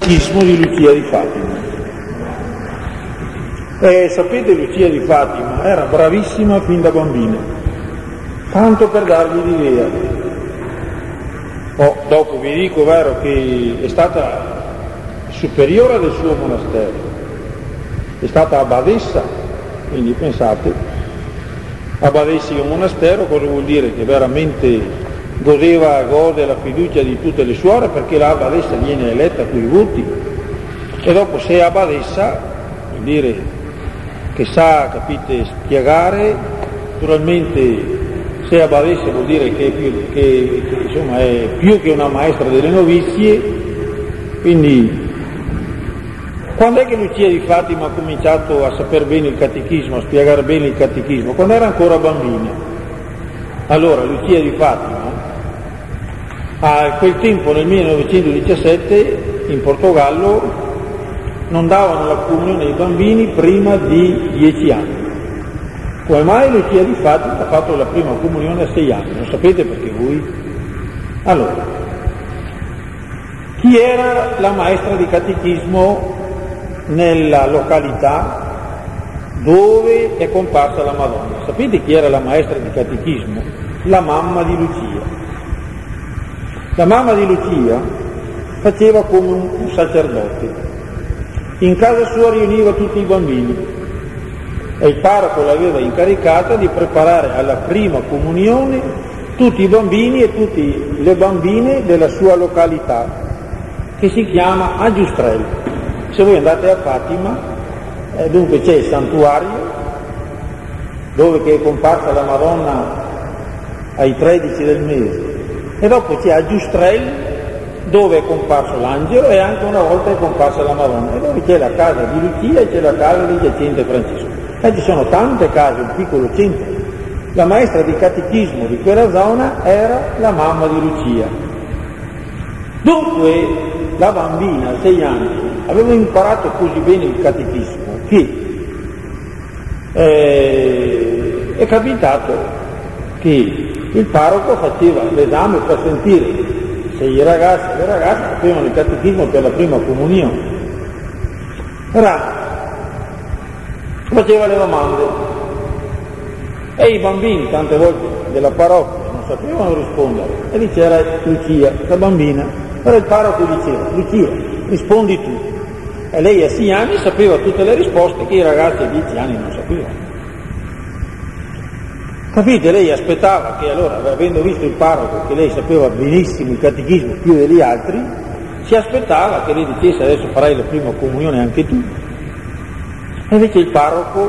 catechismo di Lucia di Fatima. Sapete, Lucia di Fatima era bravissima fin da bambina, tanto per darvi l'idea. Dopo vi dico, vero, che è stata superiore del suo monastero, è stata abbadessa, quindi pensate, abbadessa di un monastero cosa vuol dire? Che veramente gode la fiducia di tutte le suore, perché la abbadessa viene eletta con i voti, e dopo se è abbadessa vuol dire che sa, capite, spiegare. Naturalmente se è abbadessa vuol dire che insomma è più che una maestra delle novizie. Quindi quando è che Lucia di Fatima ha cominciato a saper bene il catechismo, a spiegare bene il catechismo? Quando era ancora bambina. Allora Lucia di Fatima a quel tempo, nel 1917, in Portogallo non davano la comunione ai bambini prima di 10 anni. Come mai Lucia di Fatima ha fatto la prima comunione a 6 anni? Lo sapete perché voi? Allora, chi era la maestra di catechismo nella località dove è comparsa la Madonna? Sapete chi era la maestra di catechismo? La mamma di Lucia. La mamma di Lucia faceva come un sacerdote. In casa sua riuniva tutti i bambini e il parroco l'aveva incaricata di preparare alla prima comunione tutti i bambini e tutte le bambine della sua località, che si chiama Aggiustrello. Se voi andate a Fatima, dunque c'è il santuario dove che è comparsa la Madonna ai 13 del mese, e dopo c'è Aggiustrello dove è comparso l'angelo e anche una volta è comparsa la Madonna, e dove c'è la casa di Lucia e c'è la casa di Giacinto Francesco. E ci sono tante case, un piccolo centro. La maestra di catechismo di quella zona era la mamma di Lucia. Dunque la bambina a 6 anni aveva imparato così bene il catechismo che è capitato che il parroco faceva l'esame per sentire se i ragazzi e le ragazze facevano il catechismo per la prima comunione. Faceva le domande e i bambini tante volte della parrocchia non sapevano rispondere, e lì c'era Lucia, la bambina. Allora il parroco diceva: Lucia, rispondi tu. E lei a 6 anni sapeva tutte le risposte che i ragazzi a 10 anni non sapevano. Capite? Lei aspettava che allora, avendo visto il parroco che lei sapeva benissimo il catechismo più degli altri, si aspettava che lei dicesse: adesso farai la prima comunione anche tu. E invece il parroco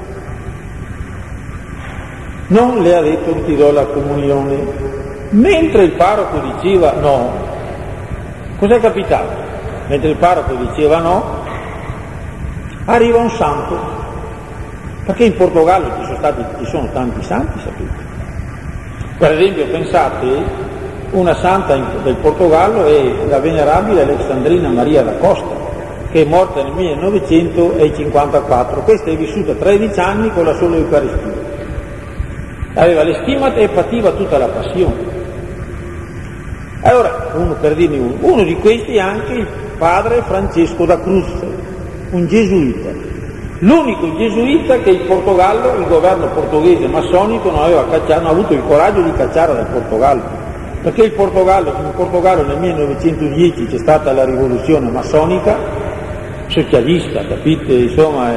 non le ha detto: ti do la comunione. Mentre il parroco diceva no, cos'è capitato? Mentre il parroco diceva no, arriva un santo. Perché in Portogallo ci sono tanti santi, sapete? Per esempio, pensate, una santa del Portogallo è la venerabile Alessandrina Maria da Costa, che è morta nel 1954. Questa è vissuta 13 anni con la sola Eucaristia. Aveva le stimate e pativa tutta la passione. Allora, per dirne uno di questi è anche il padre Francesco da Cruz, un gesuita. L'unico gesuita che il Portogallo, il governo portoghese massonico, non ha avuto il coraggio di cacciare dal Portogallo, perché in Portogallo nel 1910 c'è stata la rivoluzione massonica, socialista, capite? Insomma,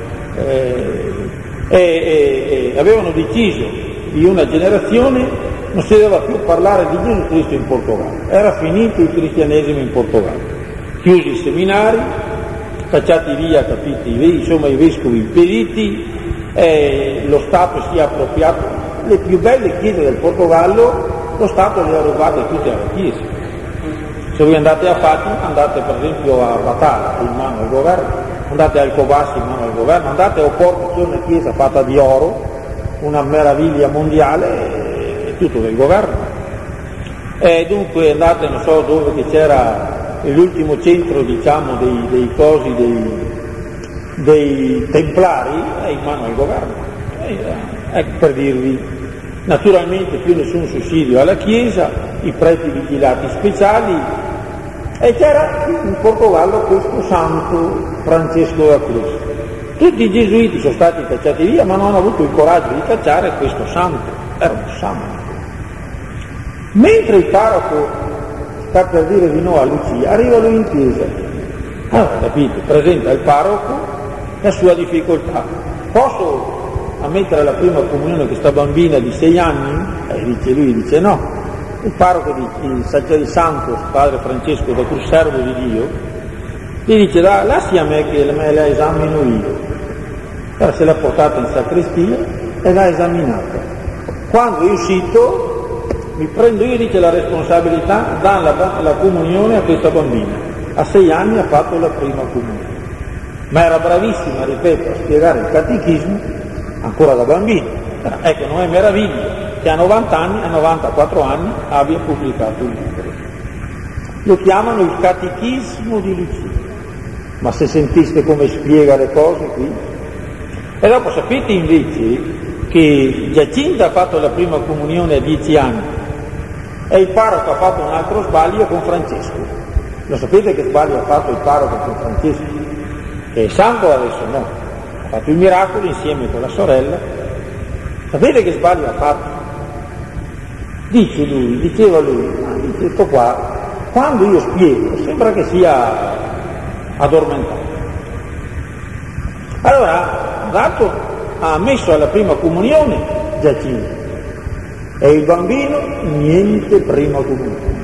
avevano deciso di una generazione non si doveva più parlare di Gesù Cristo in Portogallo, era finito il cristianesimo in Portogallo, chiusi i seminari, cacciati via, capite, i vescovi impediti, lo Stato si è appropriato, le più belle chiese del Portogallo, lo Stato le ha rubate tutte alle chiese. Se voi andate a Fatima, andate per esempio a Batala, in mano al governo, andate a Alcobazi in mano al governo, andate a Oporto, c'è una chiesa fatta di oro, una meraviglia mondiale, è tutto del governo. E dunque andate, non so dove che c'era l'ultimo centro, diciamo, dei templari, è in mano al governo. Ecco, per dirvi, naturalmente più nessun sussidio alla Chiesa, i preti vigilati speciali, E c'era in Portogallo questo santo Francesco da Cruz. Tutti i gesuiti sono stati cacciati via, ma non hanno avuto il coraggio di cacciare questo santo. Era un santo. Mentre il parroco sta per dire di no a Lucia, arriva lui in chiesa. Allora, capite, presenta il parroco la sua difficoltà. Posso ammettere la prima comunione questa bambina di 6 anni? Lui dice no. Il parroco, il santo padre Francesco da Cruz, servo di Dio, gli dice lasci a me che me la esamino io. Allora se l'ha portata in sacrestia e l'ha esaminata. Quando è uscito mi prendo io, dice, la responsabilità, dà la comunione a questa bambina. A 6 anni ha fatto la prima comunione. Ma era bravissima, ripeto, a spiegare il catechismo ancora da bambino. Ecco, non è meraviglia che a 90 anni, a 94 anni, abbia pubblicato un libro. Lo chiamano il catechismo di Lucia. Ma se sentiste come spiega le cose qui. E dopo sapete invece che Giacinta ha fatto la prima comunione a 10 anni e il parroco ha fatto un altro sbaglio con Francesco. Lo sapete che sbaglio ha fatto il parroco con Francesco? Che è santo adesso no, ha fatto il miracolo insieme con la sorella. Sapete che sbaglio ha fatto? Diceva lui, detto qua, quando io spiego sembra che sia addormentato. Allora, ha messo alla prima comunione Giacinta e il bambino niente prima comunione.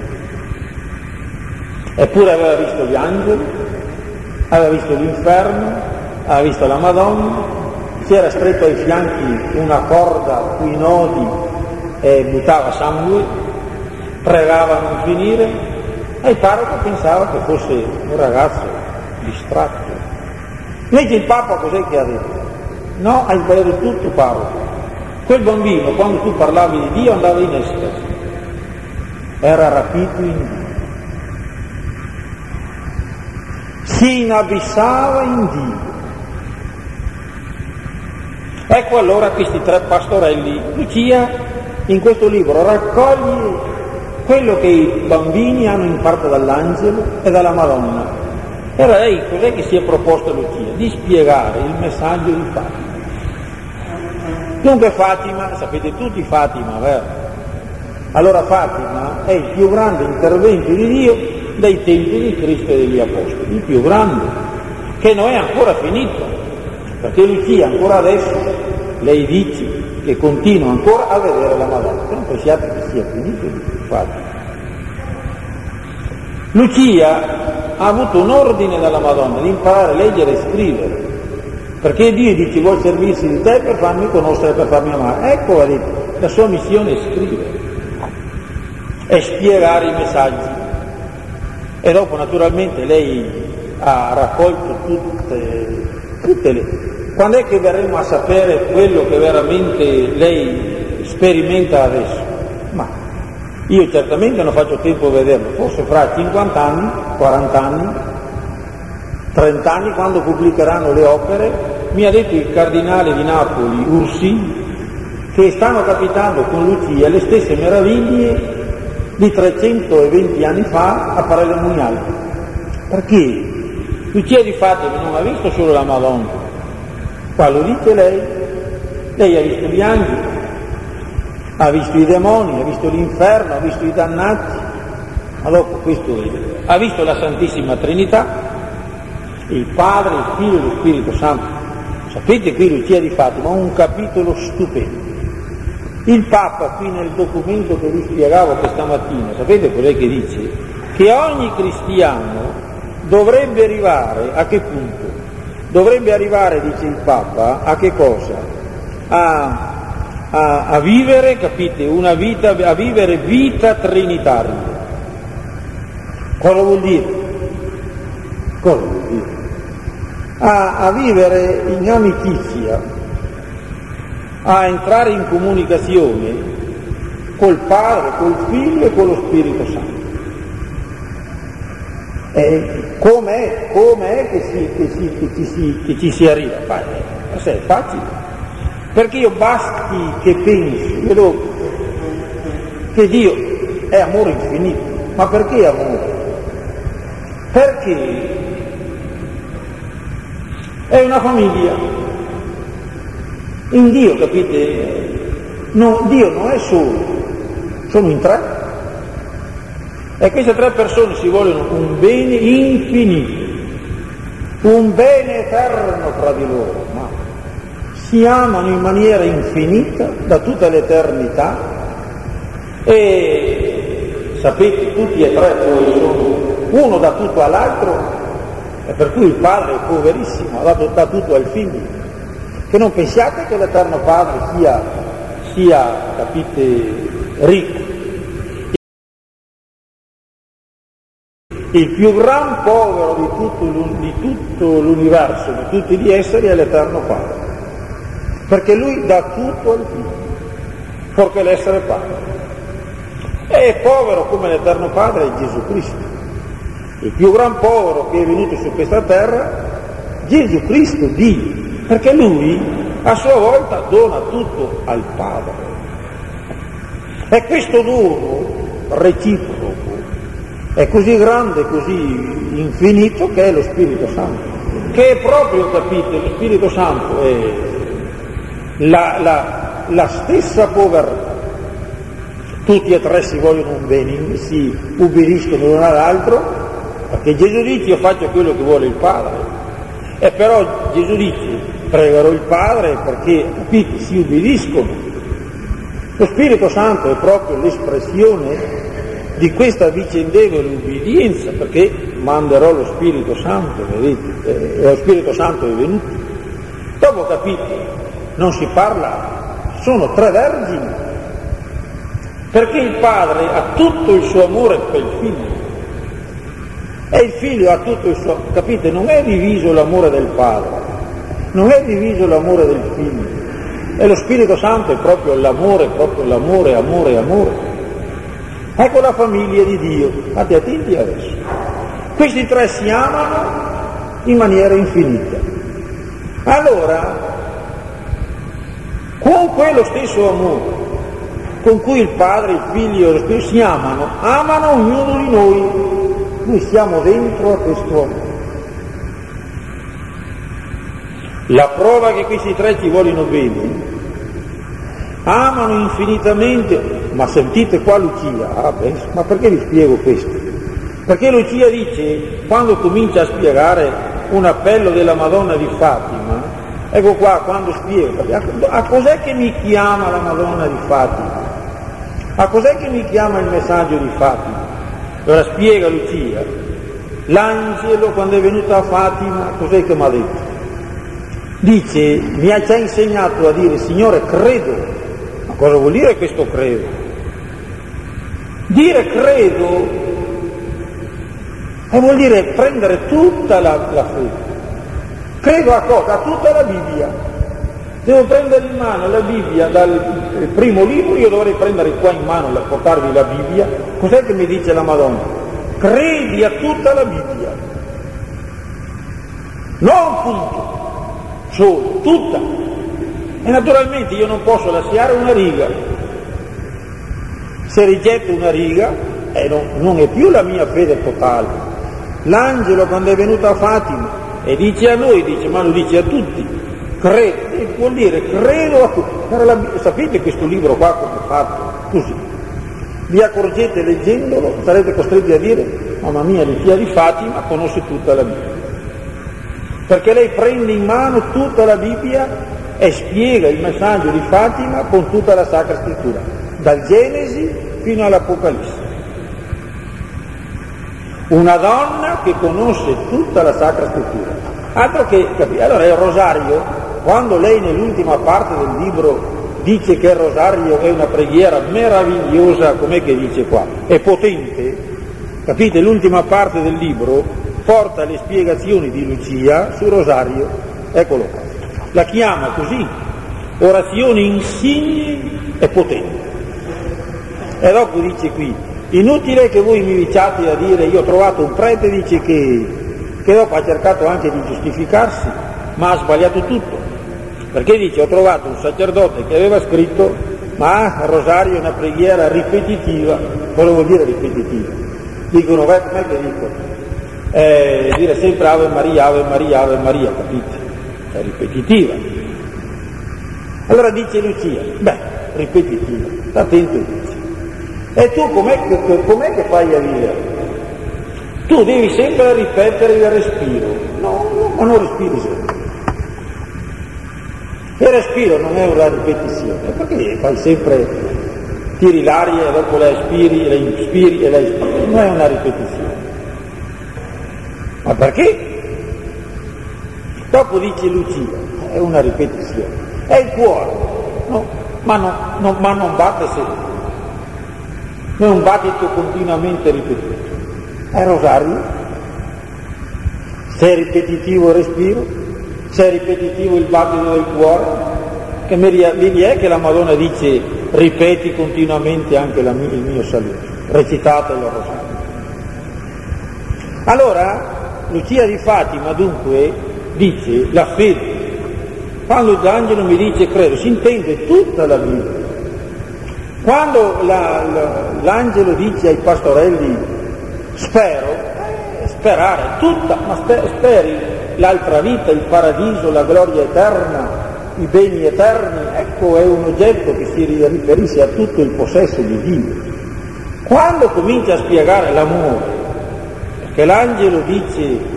Eppure aveva visto gli angeli, aveva visto l'inferno, aveva visto la Madonna, si era stretto ai fianchi una corda sui nodi e buttava sangue, pregava a non finire, e il parroco pensava che fosse un ragazzo distratto. Invece il Papa cos'è che ha detto? No, hai sbagliato tutto, parroco. Quel bambino, quando tu parlavi di Dio, andava in estasi, era rapito in Dio, si inabissava in Dio. Ecco allora questi 3 pastorelli. Lucia in questo libro raccoglie quello che i bambini hanno imparato dall'angelo e dalla Madonna. Era lei cos'è che si è proposta Lucia? Di spiegare il messaggio di Fatima. Dunque Fatima, sapete tutti Fatima, vero? Allora Fatima è il più grande intervento di Dio dai tempi di Cristo e degli Apostoli, il più grande, che non è ancora finito, perché Lucia ancora adesso, lei dice che continua ancora a vedere la Madonna, non pensiate che sia finito di Fatima. Lucia ha avuto un ordine dalla Madonna di imparare a leggere e scrivere, perché Dio dice vuol servirsi di te per farmi conoscere, per farmi amare. Ecco, ha detto, la sua missione è scrivere, è spiegare i messaggi. E dopo naturalmente lei ha raccolto tutte le... Quando è che verremo a sapere quello che veramente lei sperimenta adesso? Ma io certamente non faccio tempo a vederlo, forse fra 50 anni, 40 anni, 30 anni, quando pubblicheranno le opere. Mi ha detto il cardinale di Napoli, Ursi, che stanno capitando con Lucia le stesse meraviglie di 320 anni fa a Parele Muniale. Perché Lucia di Fatima non ha visto solo la Madonna, qua lo dice lei ha visto gli angeli, ha visto i demoni, ha visto l'inferno, ha visto i dannati, ma dopo questo ha visto la Santissima Trinità, il Padre, il Figlio e lo Spirito Santo. Sapete, qui Lucia di Fatima ha un capitolo stupendo. Il Papa qui nel documento che vi spiegavo questa mattina, sapete cos'è che dice? Che ogni cristiano dovrebbe arrivare a che punto? Dovrebbe arrivare, dice il Papa, a che cosa? A vivere, capite, una vita, a vivere vita trinitaria. Cosa vuol dire? Cosa vuol dire? A vivere in amicizia, a entrare in comunicazione col Padre, col Figlio e con lo Spirito Santo. Com'è che ci si arriva? È facile, perché io basti che pensi, che Dio è amore infinito. Ma perché amore? Perché è una famiglia. In Dio, capite? No, Dio non è solo, sono in tre. E queste tre persone si vogliono un bene infinito, un bene eterno fra di loro, ma si amano in maniera infinita da tutta l'eternità e sapete tutti e tre poi sono uno dà tutto all'altro, e per cui il padre è poverissimo, dà tutto al figlio, che non pensiate che l'Eterno Padre sia capite, ricco. Il più gran povero di tutto l'universo, di tutti gli esseri, è l'Eterno Padre, perché lui dà tutto al figlio, perché l'essere Padre. E povero come l'Eterno Padre è Gesù Cristo, il più gran povero che è venuto su questa terra, Gesù Cristo Dio, perché lui a sua volta dona tutto al Padre. E questo dono reciproco è così grande, così infinito, che è lo Spirito Santo, che è proprio, capite, lo Spirito Santo è la stessa povertà. Tutti e tre si vogliono un bene, si ubbidiscono l'uno all'altro, perché Gesù dice io faccio quello che vuole il Padre, e però Gesù dice pregherò il Padre perché, capite, si ubbidiscono. Lo Spirito Santo è proprio l'espressione di questa vicendevole ubbidienza, perché manderò lo Spirito Santo, vedete, lo Spirito Santo è venuto. Dopo, capite, non si parla, sono tre vergini, perché il Padre ha tutto il suo amore per il Figlio, e il Figlio ha tutto il suo, capite, non è diviso l'amore del Padre, non è diviso l'amore del Figlio, e lo Spirito Santo è proprio l'amore, amore. Ecco la famiglia di Dio, state attenti adesso. Questi tre si amano in maniera infinita. Allora, con quello stesso amore con cui il Padre, il Figlio e lo Spirito si amano ognuno di noi. Noi siamo dentro a questo amore. La prova che questi tre ci vogliono bene, amano infinitamente, ma sentite qua Lucia, ma perché vi spiego questo? Perché Lucia dice, quando comincia a spiegare un appello della Madonna di Fatima, ecco qua, quando spiega, a cos'è che mi chiama la Madonna di Fatima? A cos'è che mi chiama il messaggio di Fatima? Allora spiega Lucia, l'angelo quando è venuto a Fatima, cos'è che mi ha detto? Dice, mi ha già insegnato a dire, Signore, credo. Ma cosa vuol dire questo credo? Dire credo vuol dire prendere tutta la fede. Credo a cosa? A tutta la Bibbia. Devo prendere in mano la Bibbia dal primo libro, io dovrei prendere qua in mano, portarvi la Bibbia. Cos'è che mi dice la Madonna? Credi a tutta la Bibbia. Non punto. Solo, tutta. E naturalmente io non posso lasciare una riga. Se rigetto una riga, non è più la mia fede totale. L'angelo quando è venuto a Fatima e dice a noi, ma lo dice a tutti, credo, vuol dire credo a tutti. Sapete questo libro qua come è fatto? Così. Vi accorgete leggendolo, sarete costretti a dire, mamma mia, Lucia di Fatima conosce tutta la Bibbia. Perché lei prende in mano tutta la Bibbia e spiega il messaggio di Fatima con tutta la Sacra Scrittura, dal Genesi fino all'Apocalisse. Una donna che conosce tutta la Sacra Scrittura. Altro che capire. Allora il rosario, quando lei nell'ultima parte del libro dice che il rosario è una preghiera meravigliosa, com'è che dice qua? È potente, capite? L'ultima parte del libro porta le spiegazioni di Lucia sul rosario, eccolo qua, la chiama così, orazione insigne e potente. E dopo dice qui, inutile che voi mi diciate a dire, io ho trovato un prete, dice che dopo ha cercato anche di giustificarsi, ma ha sbagliato tutto, perché dice, ho trovato un sacerdote che aveva scritto, ma il rosario è una preghiera ripetitiva. Cosa vuol dire ripetitiva? Dicono, com'è che dicono? dire sempre Ave Maria, Ave Maria, Ave Maria, capite? È ripetitiva. Allora dice Lucia, ripetitiva, sta attento dice. E tu com'è che fai a vivere? Tu devi sempre ripetere il respiro, ma non respiri sempre. Il respiro non è una ripetizione, perché fai sempre, tiri l'aria e dopo la inspiri e la espiri, non è una ripetizione. Ma perché? Dopo dice Lucia, è una ripetizione, è il cuore, no? Ma non batte sempre, non è un battito continuamente ripetuto, è rosario, se è ripetitivo il respiro, se è ripetitivo il battito del cuore, che vedi è che la Madonna dice ripeti continuamente anche il mio saluto, recitate il rosario. Allora Lucia di Fatima dunque dice la fede. Quando l'angelo mi dice credo, si intende tutta la Bibbia. Quando l'angelo dice ai pastorelli spero, sperare tutta, ma speri l'altra vita, il paradiso, la gloria eterna, i beni eterni, ecco è un oggetto che si riferisce a tutto il possesso di Dio. Quando comincia a spiegare l'amore, perché l'angelo dice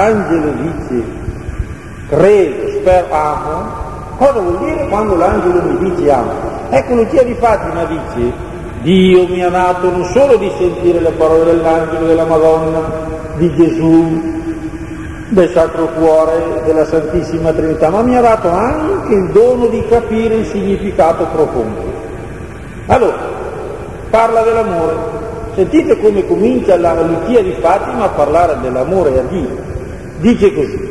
credo, spero, amo, cosa vuol dire quando l'angelo mi dice amo? Ecco Lucia di Fatima dice Dio mi ha dato non solo di sentire le parole dell'angelo, della Madonna, di Gesù, del Sacro Cuore, della Santissima Trinità, ma mi ha dato anche il dono di capire il significato profondo. Allora, parla dell'amore. Sentite come comincia la Lucia di Fatima a parlare dell'amore a Dio. Dice così,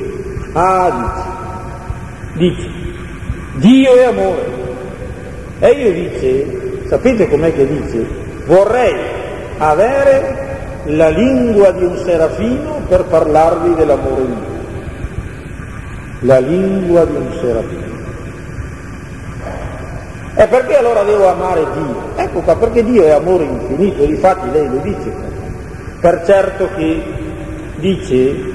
dice, Dio è amore. E io dice, sapete com'è che dice? Vorrei avere la lingua di un serafino per parlarvi dell'amore mio. La lingua di un serafino. E perché allora devo amare Dio? Ecco qua, perché Dio è amore infinito, difatti lei lo dice. Per certo che dice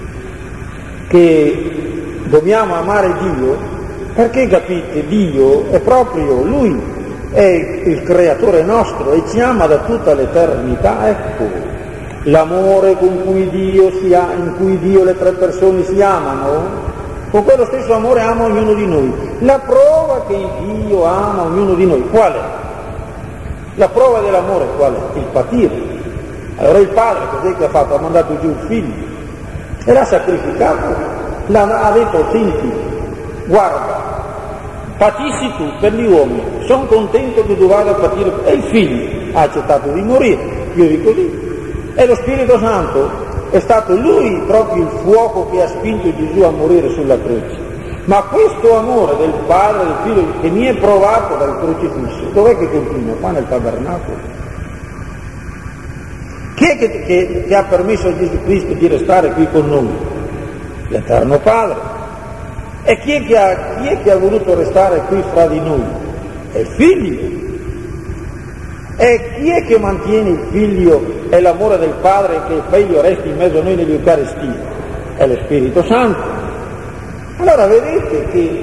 che dobbiamo amare Dio, perché capite, Dio è proprio Lui, è il creatore nostro e ci ama da tutta l'eternità, ecco. L'amore con cui in cui Dio le tre persone si amano, con quello stesso amore ama ognuno di noi. La prova che Dio ama ognuno di noi, qual è? La prova dell'amore qual è? Il patire. Allora il padre, cos'è che ha fatto? Ha mandato giù il figlio e l'ha sacrificato, ha detto senti, guarda, patissi tu per gli uomini, sono contento che tu vada a patire, e il figlio ha accettato di morire, io dico così. E lo Spirito Santo è stato lui proprio il fuoco che ha spinto Gesù a morire sulla croce. Ma questo amore del Padre e del Figlio che mi è provato dal crocifisso, dov'è che continua? Qua nel tabernacolo. Chi è che ha permesso a Gesù Cristo di restare qui con noi? L'Eterno Padre. E chi è che ha voluto restare qui fra di noi? È il Figlio. E chi è che mantiene il Figlio e l'amore del Padre che il Figlio resti in mezzo a noi nell'Eucaristia? È lo Spirito Santo. Allora vedete che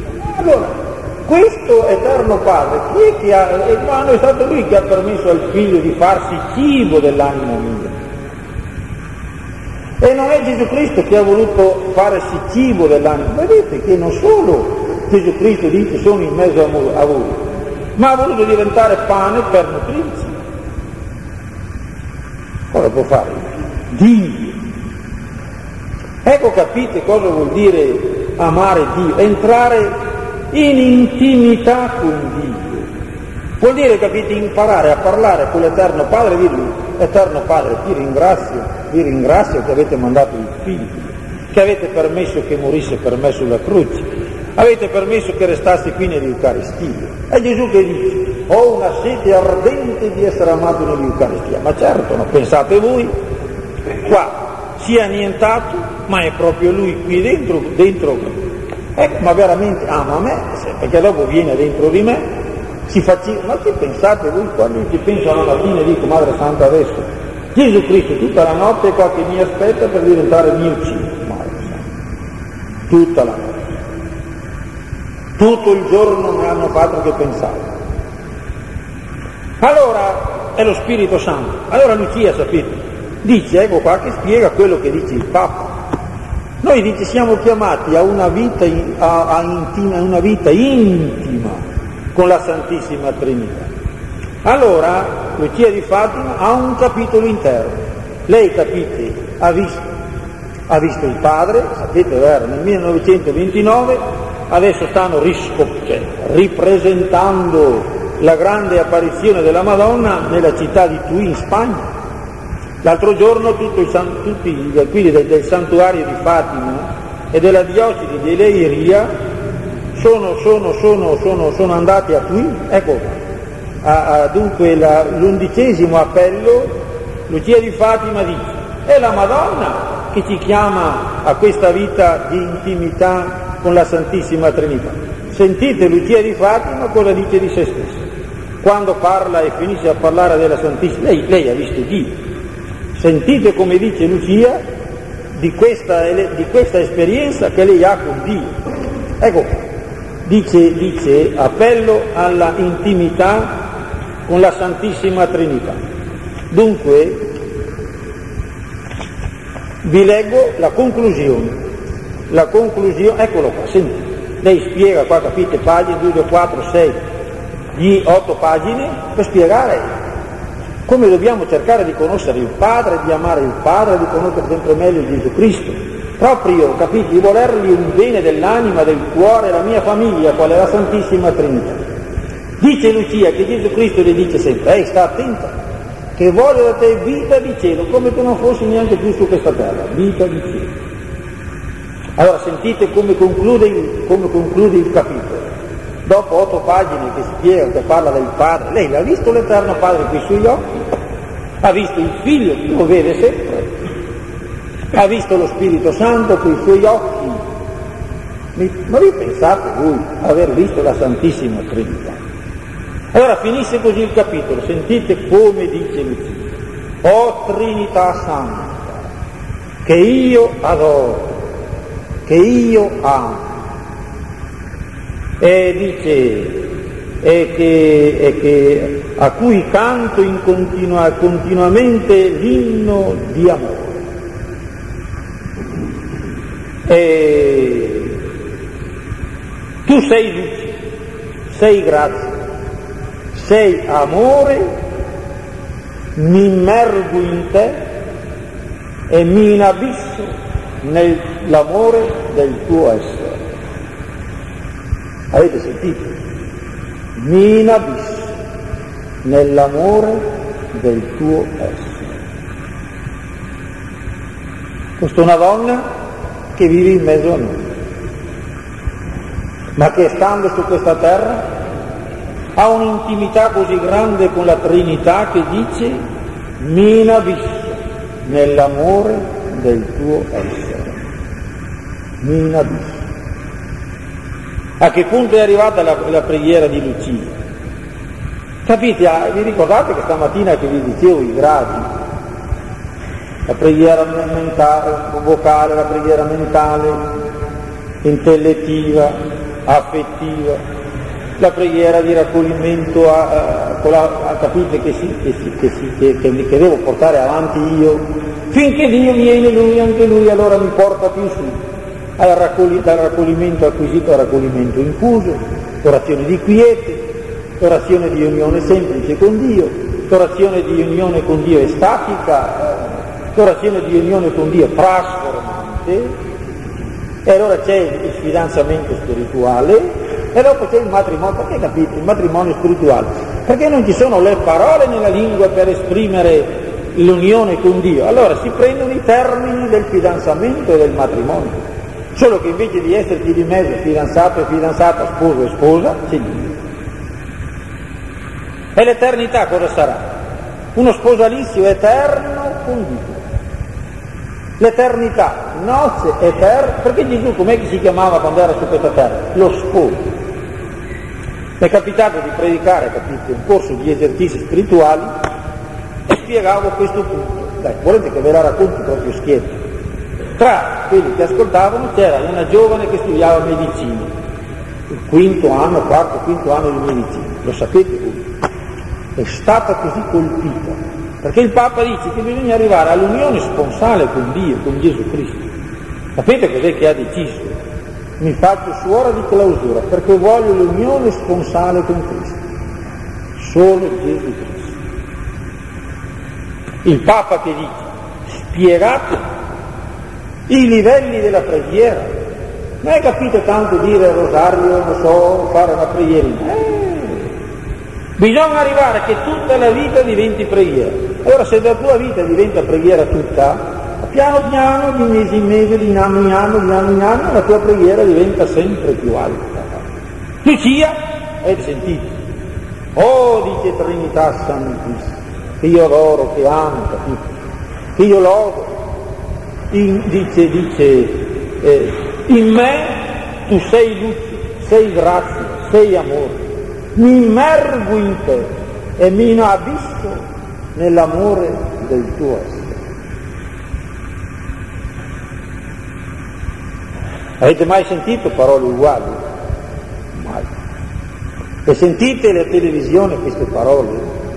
questo Eterno Padre, chi è che ma è stato Lui che ha permesso al Figlio di farsi cibo dell'anima mia. E non è Gesù Cristo che ha voluto farsi cibo dell'anima. Vedete che non solo Gesù Cristo dice sono in mezzo a voi, ma ha voluto diventare pane per nutrirsi. Cosa può fare? Dio. Ecco, capite cosa vuol dire amare Dio, entrare in intimità con Dio. Vuol dire, capite, imparare a parlare con l'Eterno Padre e dirgli, Eterno Padre, vi ringrazio che avete mandato il Figlio, che avete permesso che morisse per me sulla croce, avete permesso che restassi qui nell'Eucaristia. È Gesù che dice, ho una sete ardente di essere amato nell'Eucaristia. Ma certo, non pensate voi, qua si è annientato, ma è proprio Lui qui dentro. Ecco, ma veramente ama me, perché dopo viene dentro di me, ma che pensate voi quando ci penso alla mattina e dico, Madre Santa adesso, Gesù Cristo tutta la notte qua che mi aspetta per diventare mio cibo, tutta la notte. Tutto il giorno non hanno fatto che pensare. Allora è lo Spirito Santo. Allora Lucia, sapete, dice, ecco qua che spiega quello che dice il Papa. Noi dice siamo chiamati a una vita, una vita intima con la Santissima Trinità. Allora Lucia di Fatima ha un capitolo interno. Lei, capite, ha visto il Padre, sapete, era nel 1929, adesso stanno ripresentando la grande apparizione della Madonna nella città di Tui in Spagna. L'altro giorno tutti gli aquili del santuario di Fatima e della diocesi di Leiria sono andati a Tui, ecco, dunque l'11° appello. Lucia di Fatima dice, è la Madonna che ci chiama a questa vita di intimità con la Santissima Trinità. Sentite Lucia di Fatima cosa dice di se stessa quando parla e finisce a parlare della Santissima. Lei ha visto Dio. Sentite come dice Lucia di questa esperienza che lei ha con Dio. Ecco, dice appello alla intimità con la Santissima Trinità. Dunque, vi leggo la conclusione, eccolo qua, sentite. Lei spiega qua, capite, pagine 2, 4, 6, di 8 pagine, per spiegare come dobbiamo cercare di conoscere il Padre, di amare il Padre, di conoscere sempre meglio Gesù Cristo, proprio, capite, di volergli un bene dell'anima, del cuore, la mia famiglia, qual è la Santissima Trinità. Dice Lucia che Gesù Cristo le dice sempre, sta attenta, che voglio da te vita di cielo, come tu non fossi neanche più su questa terra, vita di cielo. Allora sentite come conclude il capitolo. Dopo 8 pagine che spiega, che parla del Padre, lei l'ha visto l'Eterno Padre con i suoi occhi, ha visto il Figlio che lo vede sempre, ha visto lo Spirito Santo con i suoi occhi. Ma vi pensate voi aver visto la Santissima Trinità? Allora finisce così il capitolo, sentite come dice Lucia. O Trinità Santa, che io adoro, che io amo. E dice a cui canto continuamente l'inno di amore. E tu sei luce, sei grazia, sei amore, mi immergo in te e mi inabisso nell'amore del tuo essere. Avete sentito? Mi inabisso nell'amore del tuo essere. Questa è una donna che vive in mezzo a noi, ma che stando su questa terra ha un'intimità così grande con la Trinità che dice mi inabisso nell'amore del tuo essere. Mi inabisso. A che punto è arrivata la preghiera di Lucia? Capite? Vi ricordate che stamattina che vi dicevo i gradi? La preghiera mentale, vocale, la preghiera mentale, intellettiva, affettiva, la preghiera di raccoglimento, capite che devo portare avanti io, finché Dio viene Lui, anche Lui allora mi porta più su. Dal raccoglimento acquisito al raccoglimento infuso, orazione di quiete, orazione di unione semplice con Dio, orazione di unione con Dio estatica, orazione di unione con Dio trasformante, e allora c'è il fidanzamento spirituale e dopo c'è il matrimonio. Perché capite? Il matrimonio spirituale? Perché non ci sono le parole nella lingua per esprimere l'unione con Dio, allora si prendono i termini del fidanzamento e del matrimonio. Solo che invece di esserci di mezzo fidanzato e fidanzata, sposo e sposa, c'è Dio. E l'eternità cosa sarà? Uno sposalizio eterno con Dio. L'eternità, nozze eterne, perché Gesù com'è che si chiamava quando era su questa terra? Lo sposo. Mi è capitato di predicare, capite, un corso di esercizi spirituali e spiegavo questo punto. dai, volete che ve la racconti proprio schietta? Tra quelli che ascoltavano c'era una giovane che studiava medicina, il quarto, quinto anno di medicina, lo sapete voi? È stata così colpita, perché il Papa dice che bisogna arrivare all'unione sponsale con Dio, con Gesù Cristo. Sapete cos'è che ha deciso? Mi faccio suora di clausura perché voglio l'unione sponsale con Cristo, solo Gesù Cristo. Il Papa che dice, spiegate i livelli della preghiera, non è capito tanto dire il rosario, non so, fare una pregherina, bisogna arrivare che tutta la vita diventi preghiera. Allora se la tua vita diventa preghiera tutta, piano piano, di mese in mese, di anno in anno, la tua preghiera diventa sempre più alta. Lucia, avete sentito? Oh, dice Trinità Sanctis, che io adoro, che amo, capito? Che io lodo. Dice, in me tu sei luce, sei grazia, sei amore. Mi immergo in te e mi abisso nell'amore del tuo essere. Avete mai sentito parole uguali? Mai. E sentite la televisione queste parole?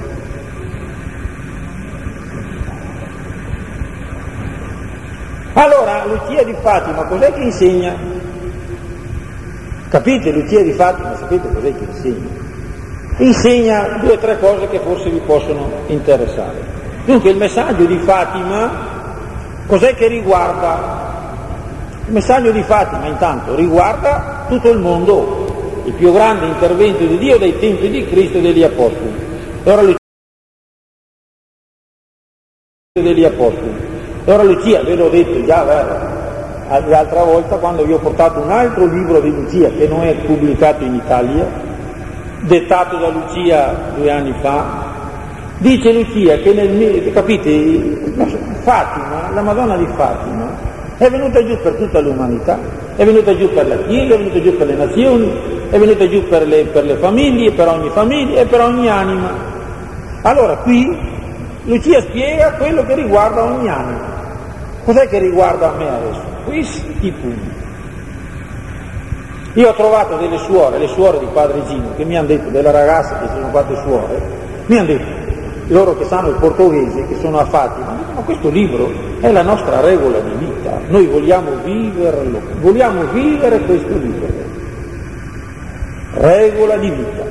Allora, Lucia di Fatima, cos'è che insegna? Capite? Lucia di Fatima, sapete cos'è che insegna? Insegna 2 o 3 cose che forse vi possono interessare. Dunque, il messaggio di Fatima, cos'è che riguarda? Il messaggio di Fatima intanto riguarda tutto il mondo, il più grande intervento di Dio dai tempi di Cristo e degli Apostoli. Ora Lucia, ve l'ho detto già l'altra volta quando vi ho portato un altro libro di Lucia che non è pubblicato in Italia, dettato da Lucia 2 anni fa. Dice Lucia che capite, Fatima, la Madonna di Fatima, è venuta giù per tutta l'umanità, è venuta giù per la Chiesa, è venuta giù per le nazioni, è venuta giù per le famiglie, per ogni famiglia e per ogni anima. Allora qui Lucia spiega quello che riguarda ogni anima. Cos'è che riguarda a me adesso? Questi punti. Io ho trovato delle suore, le suore di Padre Gino, che mi hanno detto, delle ragazze che si sono fatte suore, mi hanno detto, loro che sanno il portoghese, che sono a Fatima, ma questo libro è la nostra regola di vita, noi vogliamo viverlo, vogliamo vivere questo libro, regola di vita.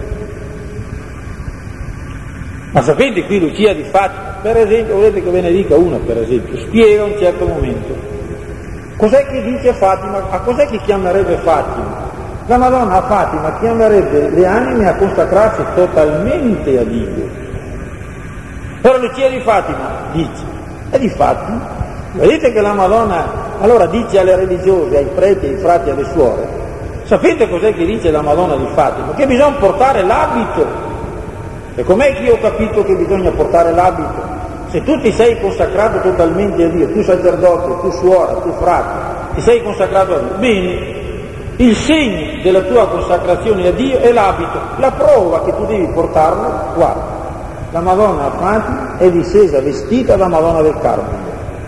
Ma sapete qui Lucia di Fatima, per esempio, volete che ve ne dica una per esempio, spiega un certo momento, cos'è che dice Fatima, a cos'è che chiamerebbe Fatima? La Madonna a Fatima chiamerebbe le anime a consacrarsi totalmente a Dio. Però Lucia di Fatima dice, e di fatti, vedete che la Madonna allora dice alle religiose, ai preti, ai frati, alle suore, sapete cos'è che dice la Madonna di Fatima? Che bisogna portare l'abito. E com'è che io ho capito che bisogna portare l'abito? Se tu ti sei consacrato totalmente a Dio, tu sacerdote, tu suora, tu frate, ti sei consacrato a Dio, bene, il segno della tua consacrazione a Dio è l'abito, la prova che tu devi portarlo, guarda. La Madonna a Fatima è discesa vestita da Madonna del Carmine.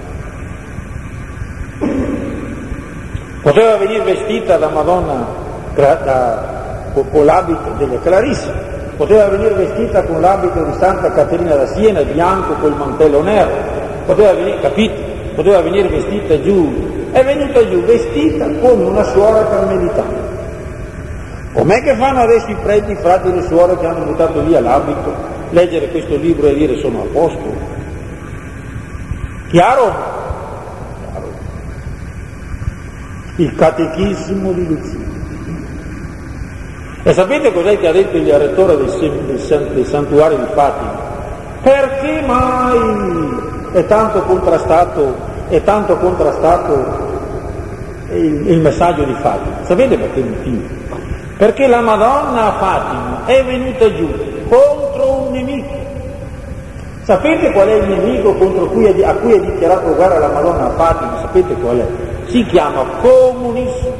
Poteva venire vestita da Madonna con l'abito delle Clarisse, poteva venire vestita con l'abito di Santa Caterina da Siena, bianco col mantello nero, poteva venire, capite? Poteva venire vestita giù, è venuta giù vestita come una suora carmelitana. Com'è che fanno adesso i preti, i frati e le suore che hanno buttato via l'abito? Leggere questo libro e dire sono a posto? Chiaro? Chiaro. Il catechismo di Lucia. E sapete cos'è che ha detto il rettore del santuario di Fatima? Perché mai è tanto contrastato il messaggio di Fatima? Sapete per che motivo? Perché la Madonna a Fatima è venuta giù contro un nemico. Sapete qual è il nemico a cui è dichiarato guerra la Madonna a Fatima? Sapete qual è? Si chiama comunismo.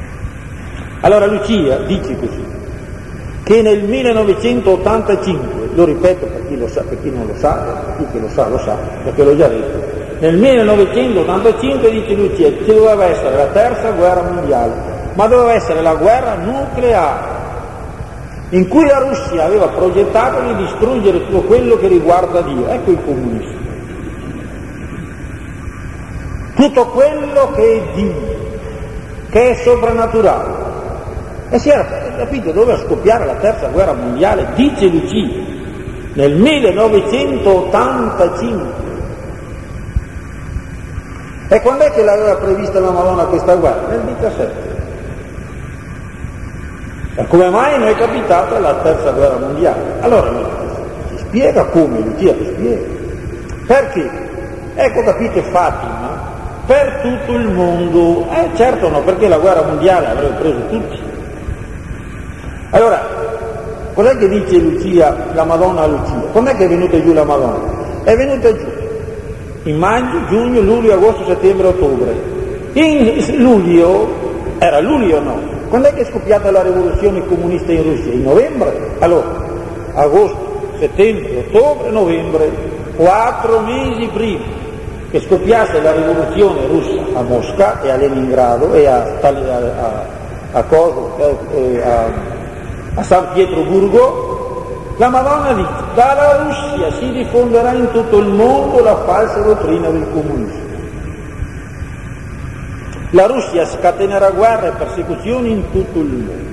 Allora Lucia dice così, che nel 1985 lo ripeto per chi lo sa, per chi non lo sa, per chi che lo sa, perché l'ho già detto. Nel 1985, dice Lucia, ci doveva essere la terza guerra mondiale, ma doveva essere la guerra nucleare, in cui la Russia aveva progettato di distruggere tutto quello che riguarda Dio. Ecco il comunismo. Tutto quello che è Dio, che è soprannaturale. E si era capito, doveva scoppiare la terza guerra mondiale, dice Lucia, nel 1985. E quando è che l'aveva prevista la Madonna questa guerra? Nel 17. E come mai non è capitata la terza guerra mondiale? Allora si spiega come, Lucia lo spiega. Perché? Ecco, capite, Fatima, per tutto il mondo, certo no, perché la guerra mondiale avrebbe preso tutti. Allora, cos'è che dice Lucia, la Madonna a Lucia? Quando è che è venuta giù la Madonna? È venuta giù in maggio, giugno, luglio, agosto, settembre, ottobre. In luglio, era luglio no? Quando è che è scoppiata la rivoluzione comunista in Russia? In novembre? Allora, agosto, settembre, ottobre, novembre, 4 mesi prima che scoppiasse la rivoluzione russa a Mosca e a Leningrado e a San Pietroburgo, la Madonna dice: dalla Russia si diffonderà in tutto il mondo la falsa dottrina del comunismo. La Russia scatenerà guerre e persecuzioni in tutto il mondo.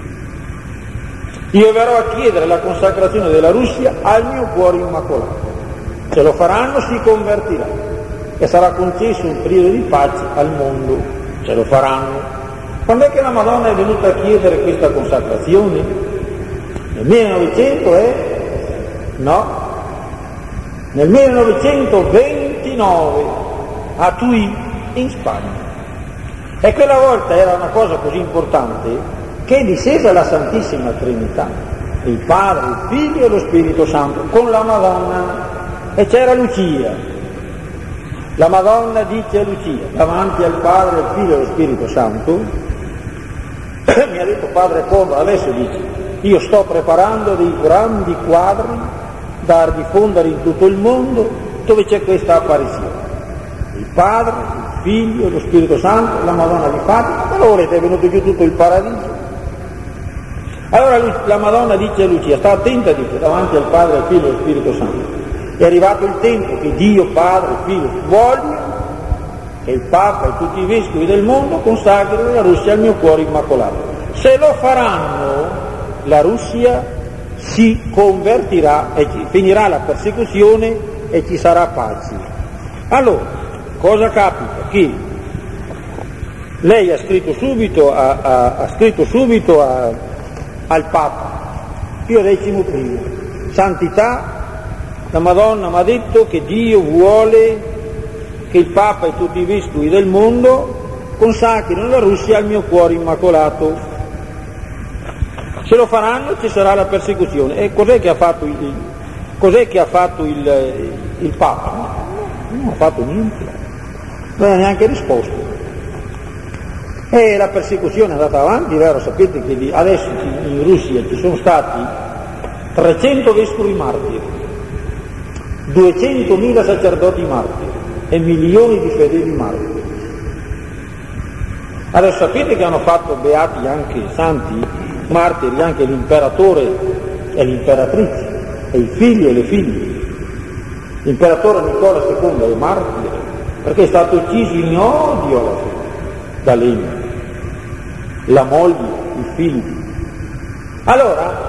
Io verrò a chiedere la consacrazione della Russia al mio cuore immacolato. Se lo faranno si convertirà e sarà concesso un periodo di pace al mondo. Se lo faranno. Quando è che la Madonna è venuta a chiedere questa consacrazione? Nel 1900 nel 1929 a Tui, in Spagna. E quella volta era una cosa così importante che è discesa la Santissima Trinità, il Padre, il Figlio e lo Spirito Santo, con la Madonna, e c'era Lucia. La Madonna dice a Lucia, davanti al Padre, al Figlio e allo Spirito Santo, mi ha detto Padre Pombo, adesso dice, io sto preparando dei grandi quadri da diffondere in tutto il mondo dove c'è questa apparizione. Il Padre, il Figlio, lo Spirito Santo, la Madonna di Fatima, ma lo volete, è venuto giù tutto il paradiso. Allora la Madonna dice a Lucia, sta attenta, dice, davanti al Padre, al Figlio e allo Spirito Santo. È arrivato il tempo che Dio, Padre, Figlio, voglia che il Papa e tutti i vescovi del mondo consagrino la Russia al mio cuore immacolato. Se lo faranno, la Russia si convertirà e finirà la persecuzione e ci sarà pace. Allora, cosa capita? Che lei ha scritto subito, al Papa, Pio XI, santità, la Madonna mi ha detto che Dio vuole che il Papa e tutti i vescovi del mondo consacrino la Russia al mio cuore immacolato. Se lo faranno ci sarà la persecuzione. E cos'è che ha fatto il Papa? Non ha fatto niente, non ha neanche risposto. E la persecuzione è andata avanti, vero? Sapete che adesso in Russia ci sono stati 300 vescovi martiri, 200.000 sacerdoti martiri e milioni di fedeli martiri. Adesso sapete che hanno fatto beati anche santi martiri, anche l'imperatore e l'imperatrice, e i figli e le figlie. L'imperatore Nicola II è martire perché è stato ucciso in odio alla fede da Lenin, la moglie, i figli. Allora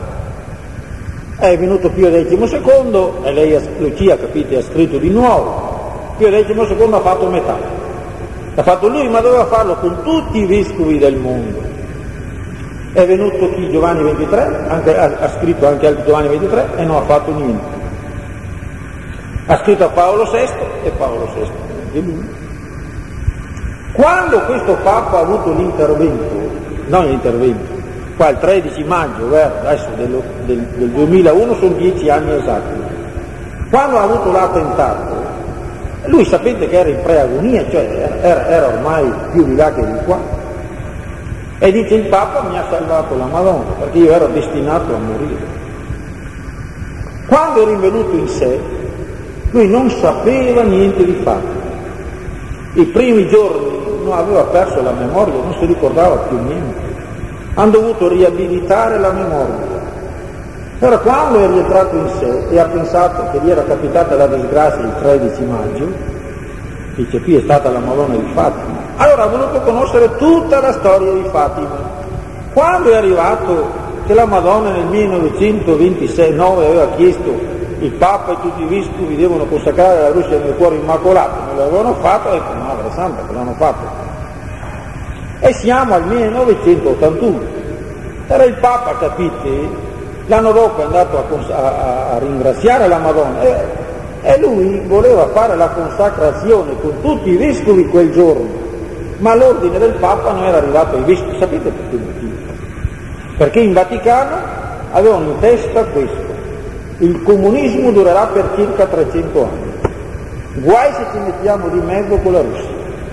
è venuto Pio XI e lei, Lucia, capite, ha scritto di nuovo. Pio XI ha fatto metà, l'ha fatto lui, ma doveva farlo con tutti i vescovi del mondo. È venuto chi? Giovanni XXIII, ha scritto anche a Giovanni XXIII e non ha fatto niente. Ha scritto a Paolo VI e Paolo VI anche lui. Quando questo Papa ha avuto l'intervento, qua il 13 maggio, adesso del 2001 sono 10 anni esatti, quando ha avuto l'attentato, lui sapete che era in preagonia, cioè era ormai più di là che di qua, e dice il Papa mi ha salvato la Madonna perché io ero destinato a morire. Quando è rinvenuto in sé, lui non sapeva niente di fatto. I primi giorni non aveva perso la memoria, non si ricordava più niente. Hanno dovuto riabilitare la memoria. Però quando è rientrato in sé e ha pensato che gli era capitata la disgrazia il 13 maggio, dice qui è stata la Madonna di Fatima, allora ha voluto conoscere tutta la storia di Fatima. Quando è arrivato che la Madonna nel 1926-9 aveva chiesto il Papa e tutti i vescovi devono consacrare la Russia nel cuore immacolato, non l'avevano fatto, ha detto Madre Santa che l'hanno fatto. E siamo al 1981. Era il Papa, capite? L'anno dopo è andato a ringraziare la Madonna e lui voleva fare la consacrazione con tutti i vescovi quel giorno, ma l'ordine del Papa non era arrivato ai vescovi. Sapete per che motivo? Perché in Vaticano avevano in testa questo: il comunismo durerà per circa 300 anni, guai se ci mettiamo di mezzo con la Russia.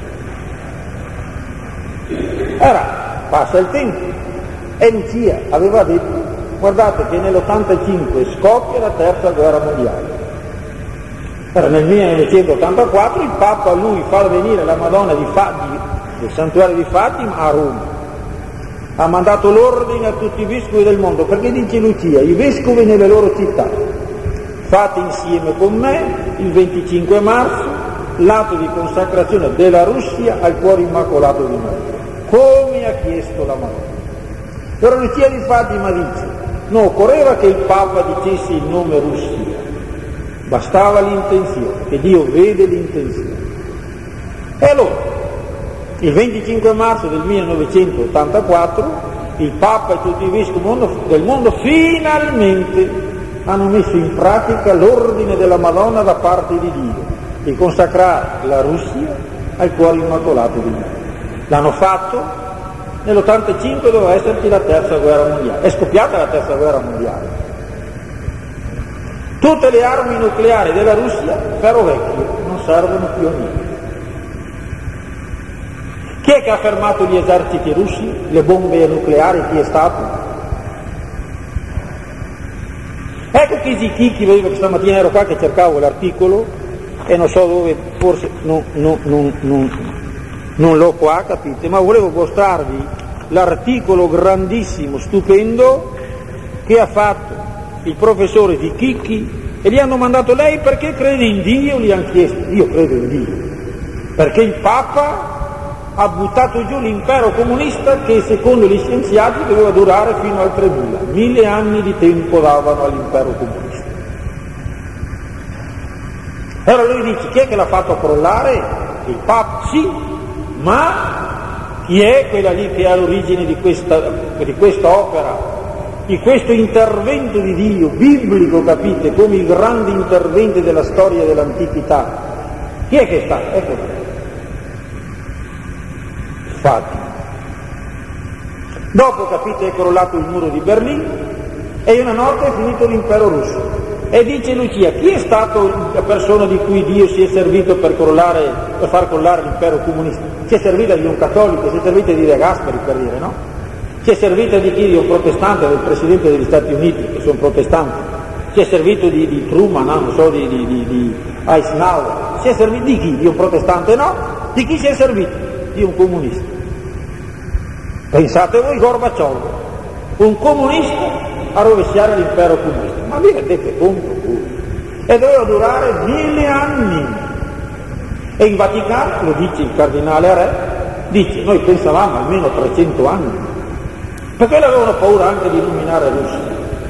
Passa il tempo e Lucia aveva detto guardate che nell'85 scoppia la terza guerra mondiale. Nel 1984 il Papa lui fa venire la Madonna del santuario di Fatima a Roma. Ha mandato l'ordine a tutti i vescovi del mondo, perché dice Lucia, i vescovi nelle loro città, fate insieme con me il 25 marzo l'atto di consacrazione della Russia al cuore immacolato di Maria, come ha chiesto la Madonna. Però Lucia di Fatima dice, non occorreva che il Papa dicesse il nome Russia, bastava l'intenzione, che Dio vede l'intenzione. E allora, il 25 marzo del 1984 il Papa e tutti i vescovi del mondo finalmente hanno messo in pratica l'ordine della Madonna da parte di Dio di consacrare la Russia al cuore immacolato di Maria. L'hanno fatto, nell'85 doveva esserci la terza guerra mondiale, è scoppiata la terza guerra mondiale. Tutte le armi nucleari della Russia, ferro vecchio, non servono più a niente. Chi è che ha fermato gli eserciti russi, le bombe nucleari, chi è stato? Ecco che Zichicchi, vedevo che stamattina ero qua che cercavo l'articolo e non so dove, forse non l'ho qua, capite, ma volevo mostrarvi l'articolo grandissimo, stupendo, che ha fatto il professore Zichicchi e gli hanno mandato lei perché crede in Dio, gli hanno chiesto, io credo in Dio, perché il Papa ha buttato giù l'impero comunista che secondo gli scienziati doveva durare fino al 3000, 1000 anni di tempo davano all'impero comunista. Allora lui dice, chi è che l'ha fatto crollare? Il Papa, sì, ma chi è quella lì che è all'origine di questa opera, di questo intervento di Dio, biblico, capite, come i grandi interventi della storia dell'antichità? Chi è che sta? Ecco. Fatima. Dopo, capite, è crollato il muro di Berlino e una notte è finito l'impero russo. E dice Lucia, chi è stato la persona di cui Dio si è servito per far crollare l'impero comunista? Si è servita di un cattolico, si è servita di De Gasperi, per dire, no? Si è servita di chi? Di un protestante, del Presidente degli Stati Uniti, che sono protestanti. Si è servito di Truman, no? Non so, di Eisenhower. Si è servito di chi? Di un protestante? No. Di chi si è servito? Di un comunista. Pensate voi Gorbaciov, un comunista a rovesciare l'impero comunista, ma vi rendete conto voi? E doveva durare 1000 anni. E in Vaticano, lo dice il cardinale Re, dice noi pensavamo almeno 300 anni, perché avevano paura anche di illuminare Russia.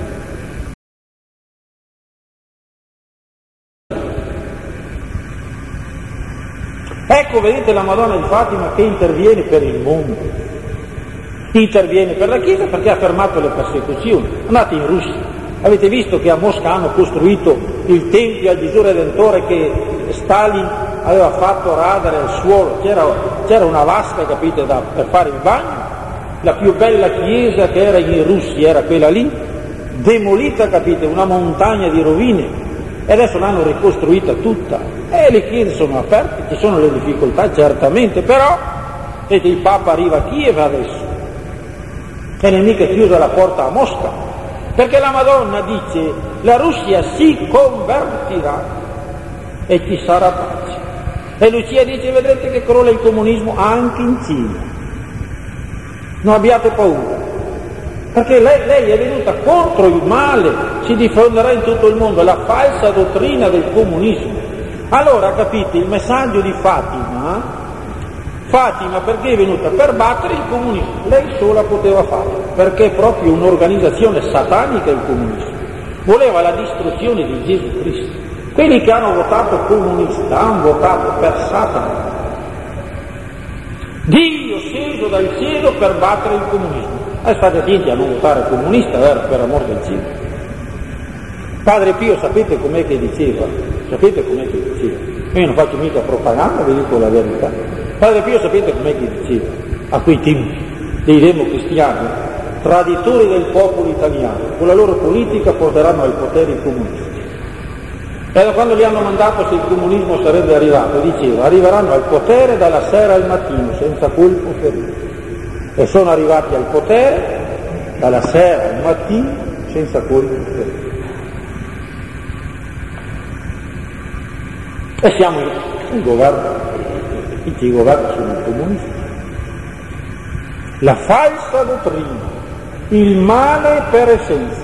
Ecco, vedete la Madonna di Fatima che interviene per il mondo, interviene per la Chiesa perché ha fermato le persecuzioni. Andate in Russia, avete visto che a Mosca hanno costruito il Tempio al Gesù Redentore che Stalin aveva fatto radere al suolo, c'era una vasca, capite, per fare il bagno, la più bella chiesa che era in Russia era quella lì, demolita, capite, una montagna di rovine, e adesso l'hanno ricostruita tutta, e le chiese sono aperte, ci sono le difficoltà certamente, però vedete, il Papa arriva a Kiev adesso, e non è mica chiusa la porta a Mosca, perché la Madonna dice la Russia si convertirà e ci sarà pace. E Lucia dice vedrete che crolla il comunismo anche in Cina, non abbiate paura, perché lei è venuta contro il male, si diffonderà in tutto il mondo la falsa dottrina del comunismo. Allora capite il messaggio di Fatima perché è venuta per battere il comunismo, lei sola poteva farlo, perché è proprio un'organizzazione satanica il comunismo, voleva la distruzione di Gesù Cristo. Quelli che hanno votato comunista hanno votato per Satana, Dio sceso dal cielo per battere il comunismo. State attenti a non votare comunista, per amor del cielo. Padre Pio sapete com'è che diceva? Io non faccio mica propaganda, vi dico la verità. Padre Pio sapete com'è che diceva? A quei tempi dei democristiani, traditori del popolo italiano, con la loro politica porteranno al potere i comunisti. E da quando li hanno mandato se il comunismo sarebbe arrivato, diceva, arriveranno al potere dalla sera al mattino, senza colpo ferito. E sono arrivati al potere dalla sera al mattino, senza colpo ferito. E siamo il governo, i governi sono i comunisti. La falsa dottrina, il male per essenza.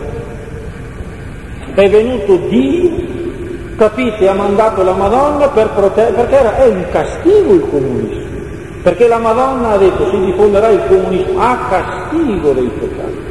È venuto Dio, capite, ha mandato la Madonna per proteggere, perché è un castigo il comunismo, perché la Madonna ha detto si diffonderà il comunismo a castigo dei peccati.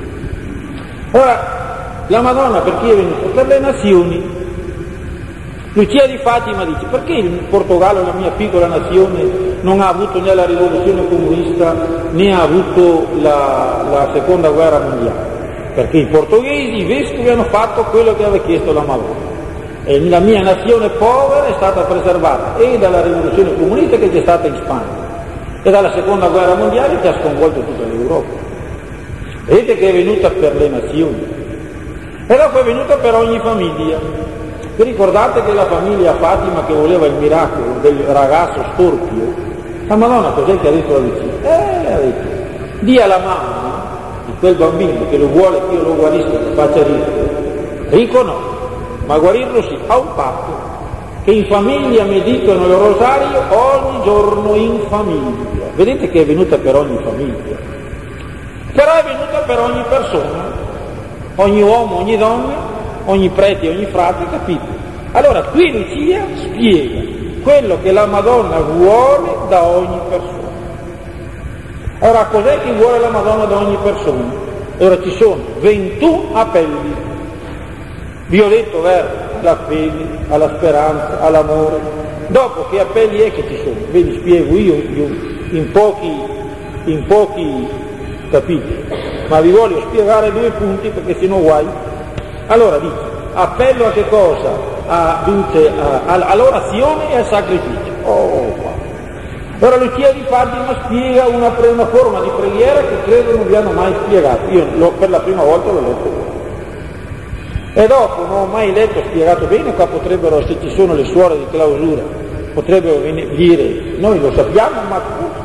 Ora, la Madonna per chi è venuta? Per le nazioni. Lucia di Fatima dice perché il Portogallo, la mia piccola nazione, non ha avuto né la rivoluzione comunista né ha avuto la seconda guerra mondiale? Perché i portoghesi, i vescovi, hanno fatto quello che aveva chiesto la Madonna. E la mia nazione povera è stata preservata e dalla rivoluzione comunista che c'è stata in Spagna e dalla seconda guerra mondiale che ha sconvolto tutta l'Europa. Vedete che è venuta per le nazioni e dopo è venuta per ogni famiglia. Vi ricordate che la famiglia Fatima che voleva il miracolo del ragazzo storpio, la Madonna cos'è che ha detto la Lucia? Ha detto, dia alla mamma di quel bambino che lo vuole che io lo guarisca, che faccia ricco no, ma guarirlo sì, ha un patto, che in famiglia meditano il rosario ogni giorno in famiglia. Vedete che è venuta per ogni famiglia, però è venuta per ogni persona, ogni uomo, ogni donna, ogni prete, ogni frate, capite? Allora qui Lucia spiega quello che la Madonna vuole da ogni persona. Allora cos'è che vuole la Madonna da ogni persona? Ora ci sono 21 appelli. Vi ho detto alla fede, alla speranza, all'amore. Dopo che appelli è che ci sono? Ve li spiego io in pochi capitoli, ma vi voglio spiegare 2 punti perché sennò guai. Allora dice, appello a che cosa? All'orazione e al sacrificio. Ora Lucia di Fatima spiega una forma di preghiera che credo non vi hanno mai spiegato. Io per la prima volta l'ho letto. E dopo non ho mai letto spiegato bene, qua potrebbero, se ci sono le suore di clausura, potrebbero dire, noi lo sappiamo, ma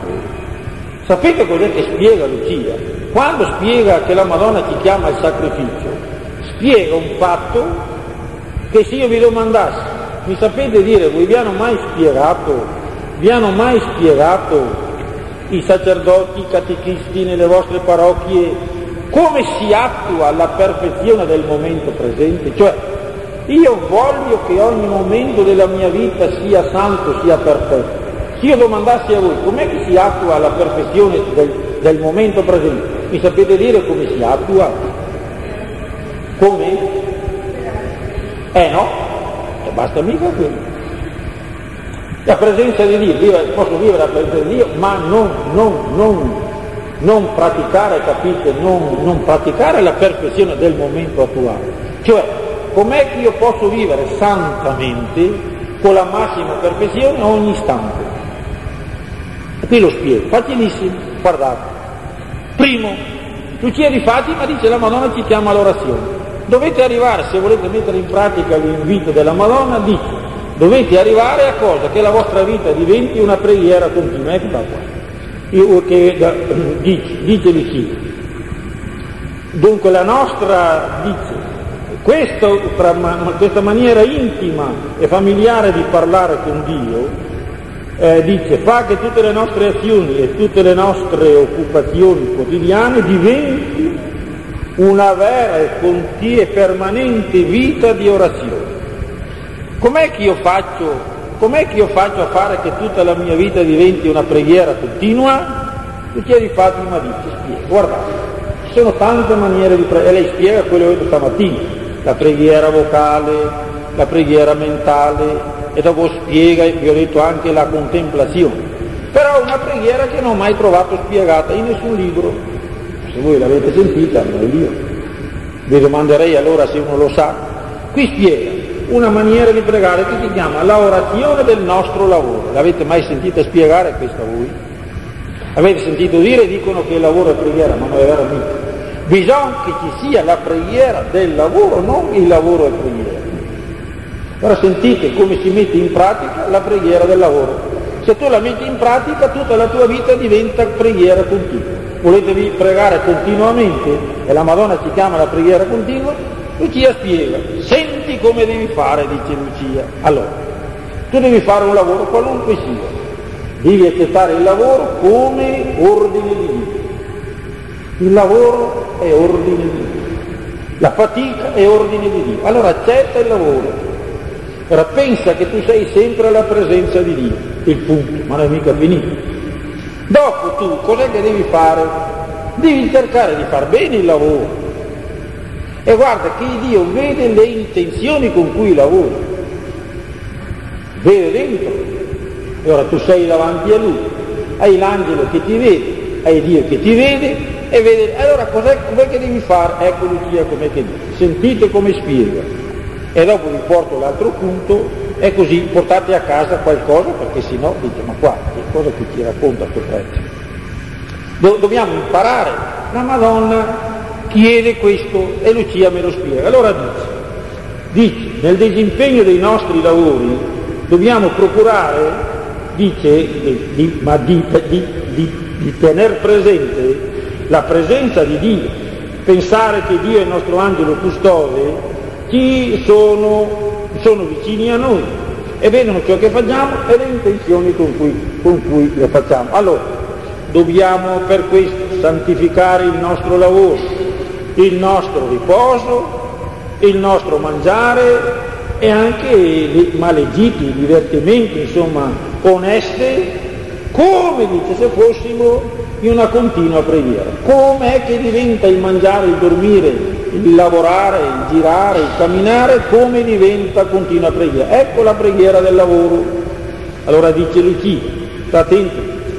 sapete cos'è che spiega Lucia? Quando spiega che la Madonna ci chiama al sacrificio, spiega un fatto che se io vi domandassi, mi sapete dire, vi hanno mai spiegato i sacerdoti, i catechisti nelle vostre parrocchie come si attua la perfezione del momento presente? Cioè, io voglio che ogni momento della mia vita sia santo, sia perfetto. Se io domandassi a voi com'è che si attua la perfezione del momento presente, mi sapete dire come si attua? Come? No? E basta mica quello. La presenza di Dio, posso vivere la presenza di Dio, ma non praticare, capite? Non praticare la perfezione del momento attuale. Cioè, com'è che io posso vivere santamente con la massima perfezione ogni istante? E qui lo spiego, facilissimo, guardate. Primo, Lucia di Fatima dice la Madonna ci chiama all'orazione. Dovete arrivare, se volete mettere in pratica l'invito della Madonna, dovete arrivare a cosa? Che la vostra vita diventi una preghiera continua. Ecco qua. Dice Lucia. Dunque la nostra, dice, questa maniera intima e familiare di parlare con Dio, dice, fa che tutte le nostre azioni e tutte le nostre occupazioni quotidiane diventi una vera e continua e permanente vita di orazione. Com'è che io faccio a fare che tutta la mia vita diventi una preghiera continua? Lucia di Fatima dice, spiega, guardate, ci sono tante maniere di pregare, e lei spiega quello che ho detto stamattina, la preghiera vocale, la preghiera mentale, e dopo spiega, vi ho detto, anche la contemplazione. Però una preghiera che non ho mai trovato spiegata in nessun libro. Se voi l'avete sentita, non è io. Vi domanderei allora se uno lo sa. Qui spiega una maniera di pregare che si chiama la orazione del nostro lavoro. L'avete mai sentita spiegare questa voi? Avete sentito dire, dicono che il lavoro è preghiera, ma non è vero mica. Bisogna che ci sia la preghiera del lavoro, non il lavoro è preghiera. Ora sentite come si mette in pratica la preghiera del lavoro. Se tu la metti in pratica, tutta la tua vita diventa preghiera continua. Volete pregare continuamente, e la Madonna ci chiama la preghiera continua, Lucia spiega, senti come devi fare, dice Lucia. Allora, tu devi fare un lavoro qualunque sia, devi accettare il lavoro come ordine di Dio. Il lavoro è ordine di Dio, la fatica è ordine di Dio. Allora accetta il lavoro. Ora pensa che tu sei sempre alla presenza di Dio, il punto, ma non è mica finito. Dopo tu cos'è che devi fare? Devi cercare di far bene il lavoro. E guarda che Dio vede le intenzioni con cui lavori, vede dentro. E ora tu sei davanti a Lui, hai l'angelo che ti vede, hai Dio che ti vede e vede. Allora com'è che devi fare? Ecco Lucia com'è che dice. Sentite come spiega. E dopo vi porto l'altro punto, e così portate a casa qualcosa, perché sennò dite, ma qua, che cosa che ti racconta questo prete? Dobbiamo imparare. La Madonna chiede questo e Lucia me lo spiega. Allora dice, nel disimpegno dei nostri lavori dobbiamo procurare, dice, di tener presente la presenza di Dio, pensare che Dio è il nostro angelo custode, chi sono vicini a noi e vedono ciò che facciamo e le intenzioni con cui le facciamo. Allora, dobbiamo per questo santificare il nostro lavoro, il nostro riposo, il nostro mangiare e anche i maledetti divertimenti, insomma, oneste, come dice se fossimo in una continua preghiera. Come è che diventa il mangiare, il dormire, il lavorare, il girare, il camminare, come diventa continua preghiera? Ecco la preghiera del lavoro. Allora dice Lucia, sta attento,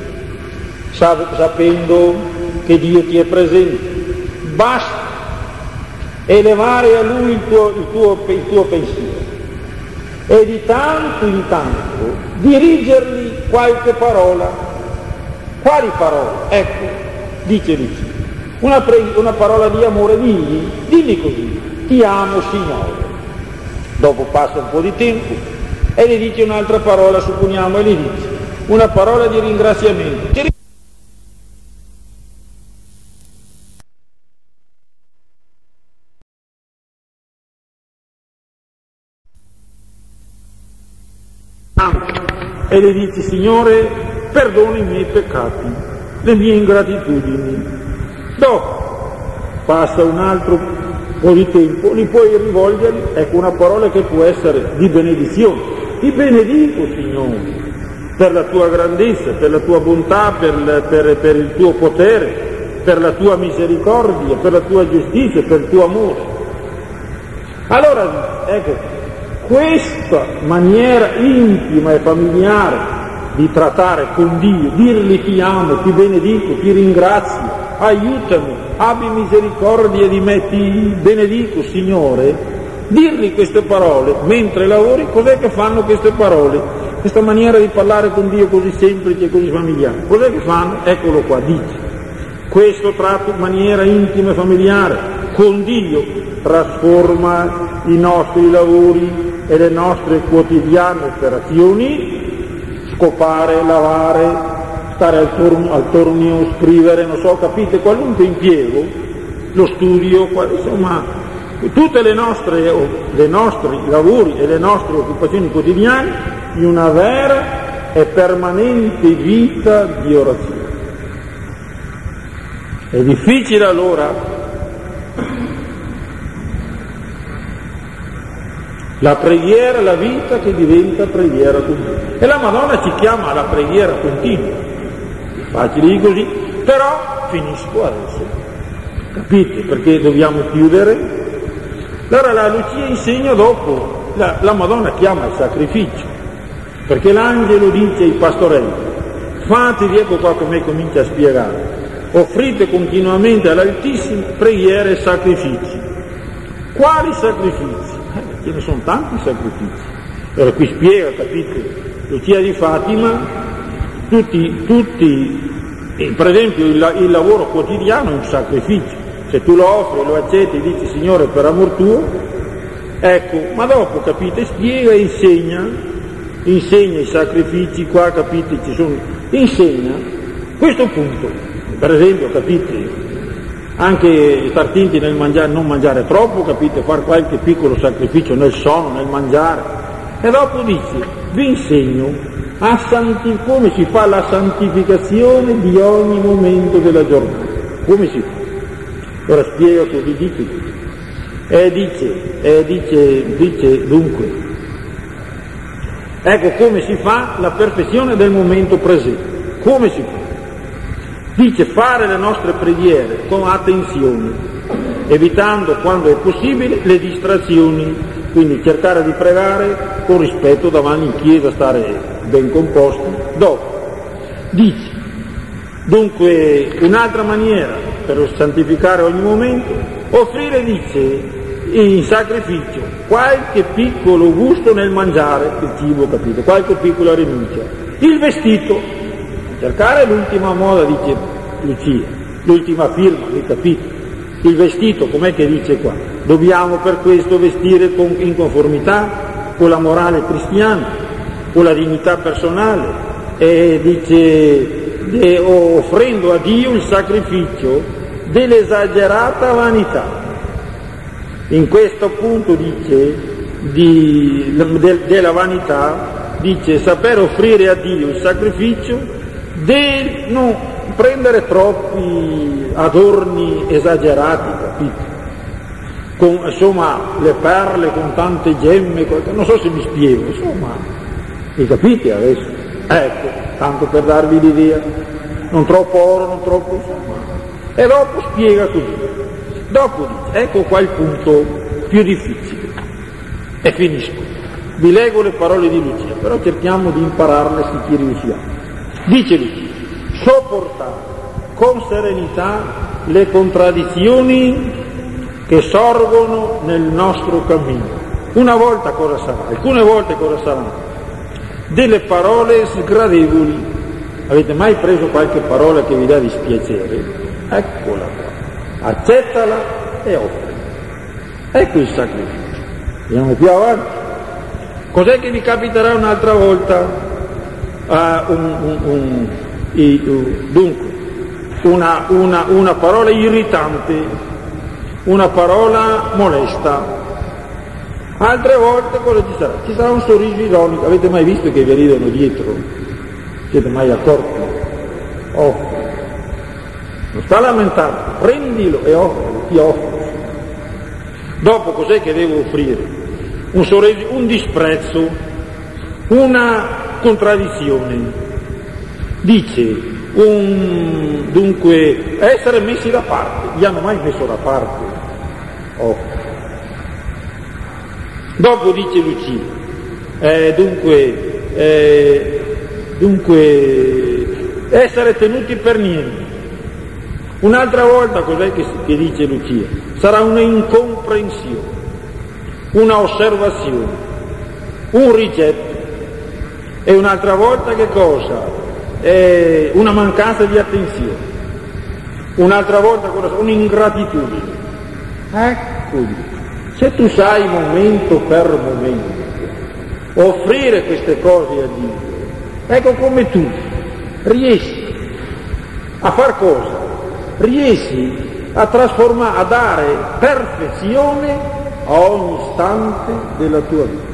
sapendo che Dio ti è presente, basta elevare a Lui il tuo pensiero e di tanto in tanto dirigergli qualche parola. Quali parole? Ecco, dice Lucia, una parola di amore, digli così, ti amo Signore. Dopo passa un po' di tempo e gli dice un'altra parola, supponiamo, e gli dice una parola di ringraziamento. E le dice, Signore, perdona i miei peccati, le mie ingratitudini. Dopo passa un altro po' di tempo, li puoi rivolgergli, ecco una parola che può essere di benedizione. Ti benedico, Signore, per la tua grandezza, per la tua bontà, per il tuo potere, per la tua misericordia, per la tua giustizia, per il tuo amore. Allora, ecco, questa maniera intima e familiare di trattare con Dio, dirgli ti amo, ti benedico, ti ringrazio, aiutami, abbi misericordia di me, ti benedico Signore, dirgli queste parole mentre lavori. Cos'è che fanno queste parole? Questa maniera di parlare con Dio così semplice e così familiare, cos'è che fanno? Eccolo qua, dice, questo tratto in maniera intima e familiare con Dio trasforma i nostri lavori e le nostre quotidiane operazioni, scopare, lavare, stare al tornio, scrivere, non so, capite, qualunque impiego, lo studio, insomma tutte i nostri lavori e le nostre occupazioni quotidiane in una vera e permanente vita di orazione. È difficile allora la preghiera, la vita che diventa preghiera continua. E la Madonna ci chiama alla preghiera continua. È facile di così, però finisco adesso. Capite? Perché dobbiamo chiudere. Allora la Lucia insegna dopo, la Madonna chiama il sacrificio, perché l'angelo dice ai pastorelli, fatevi, ecco qua come comincia a spiegare, offrite continuamente all'Altissimo preghiere e sacrifici. Quali sacrifici? Ce ne sono tanti sacrifici. Allora qui spiega, capite, Lucia di Fatima, tutti, per esempio il lavoro quotidiano è un sacrificio. Se tu lo offri, lo accetti e dici Signore per amor tuo, ecco, ma dopo, capite, spiega e insegna i sacrifici, qua capite, insegna questo punto. Per esempio, capite, anche star attenti nel mangiare, non mangiare troppo, capite, fare qualche piccolo sacrificio nel sonno, nel mangiare, e dopo dice, vi insegno come si fa la santificazione di ogni momento della giornata, come si fa. Ora spiega così, dice dunque, ecco come si fa la perfezione del momento presente, come si fa? Dice fare le nostre preghiere con attenzione, evitando quando è possibile le distrazioni, quindi cercare di pregare con rispetto davanti in chiesa, stare ben composti. Dopo, dice, dunque un'altra maniera per santificare ogni momento, offrire, dice, in sacrificio qualche piccolo gusto nel mangiare il cibo, capito, qualche piccola rinuncia. Il vestito, cercare l'ultima moda, dice Lucia, l'ultima firma, vi capite? Il vestito, com'è che dice qua? Dobbiamo per questo vestire in conformità con la morale cristiana, con la dignità personale, e dice offrendo a Dio il sacrificio dell'esagerata vanità. In questo punto dice della vanità, dice saper offrire a Dio il sacrificio del non prendere troppi adorni esagerati, capite? Con, insomma, le perle con tante gemme, non so se mi spiego, insomma, mi capite adesso? Ecco, tanto per darvi l'idea, non troppo oro, non troppo, insomma. E dopo spiega così. Dopo dice, ecco qua il punto più difficile. E finisco. Vi leggo le parole di Lucia, però cerchiamo di impararle se ci riusciamo. Dice Lucia, sopportare con serenità le contraddizioni che sorgono nel nostro cammino. Una volta cosa sarà? Alcune volte cosa saranno? Delle parole sgradevoli. Avete mai preso qualche parola che vi dà dispiacere? Eccola qua, accettala e offri. Ecco il sacrificio. Andiamo più avanti. Cos'è che vi capiterà un'altra volta? Dunque, una parola irritante, una parola molesta. Altre volte cosa ci sarà? Ci sarà un sorriso ironico. Avete mai visto che vi ridono dietro? Siete mai accorti? Offri. Non sta lamentando, prendilo e offri, ti offro. Dopo cos'è che devo offrire? Un sorriso, un disprezzo, una contraddizione. Dice, dunque, essere messi da parte. Li hanno mai messo da parte? Offri. Dopo dice Lucia, dunque, essere tenuti per niente. Un'altra volta cos'è che dice Lucia? Sarà una incomprensione, una osservazione, un rigetto. E un'altra volta che cosa? Una mancanza di attenzione. Un'altra volta cosa? Un'ingratitudine. Ecco. Se tu sai momento per momento offrire queste cose a Dio, ecco come tu riesci a far cosa? Riesci a trasformare, a dare perfezione a ogni istante della tua vita.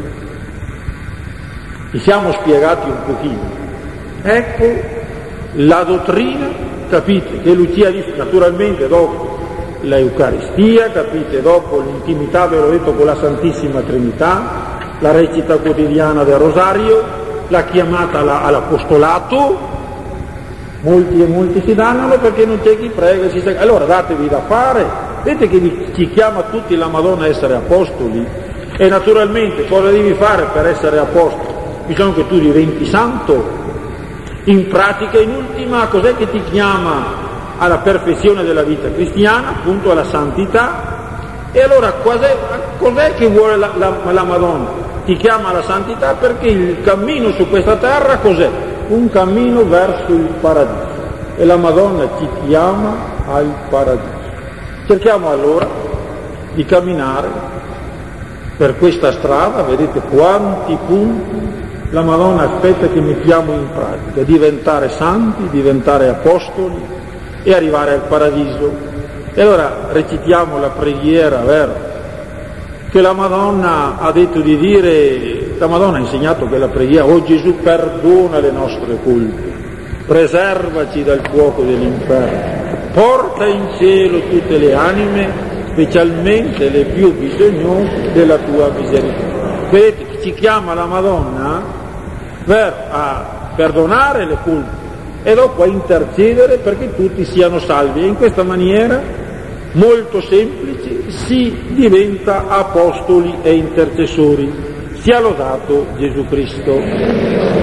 Ci siamo spiegati un pochino. Ecco la dottrina, capite, che Lucia ha visto naturalmente dopo l'Eucaristia, capite, dopo l'intimità, ve l'ho detto, con la Santissima Trinità, la recita quotidiana del Rosario, la chiamata all'apostolato, molti e molti si danno perché non c'è chi prega, allora datevi da fare, vedete che ci chiama tutti la Madonna a essere apostoli, e naturalmente cosa devi fare per essere apostolo? Bisogna che tu diventi santo. In pratica, in ultima, cos'è che ti chiama alla perfezione della vita cristiana? Appunto alla santità. E allora cos'è che vuole la Madonna? Ti chiama alla santità perché il cammino su questa terra cos'è? Un cammino verso il paradiso. E la Madonna ti chiama al paradiso. Cerchiamo allora di camminare per questa strada, vedete quanti punti la Madonna aspetta che mettiamo in pratica, diventare santi, diventare apostoli e arrivare al paradiso. E allora recitiamo la preghiera, vero? Che la Madonna ha detto di dire, la Madonna ha insegnato che la preghiera, oh Gesù perdona le nostre colpe, preservaci dal fuoco dell'inferno, porta in cielo tutte le anime, specialmente le più bisognose della tua misericordia. Vedete, ci chiama la Madonna a perdonare le colpe e dopo a intercedere perché tutti siano salvi, e in questa maniera molto semplice si diventa apostoli e intercessori. Sia lodato Gesù Cristo.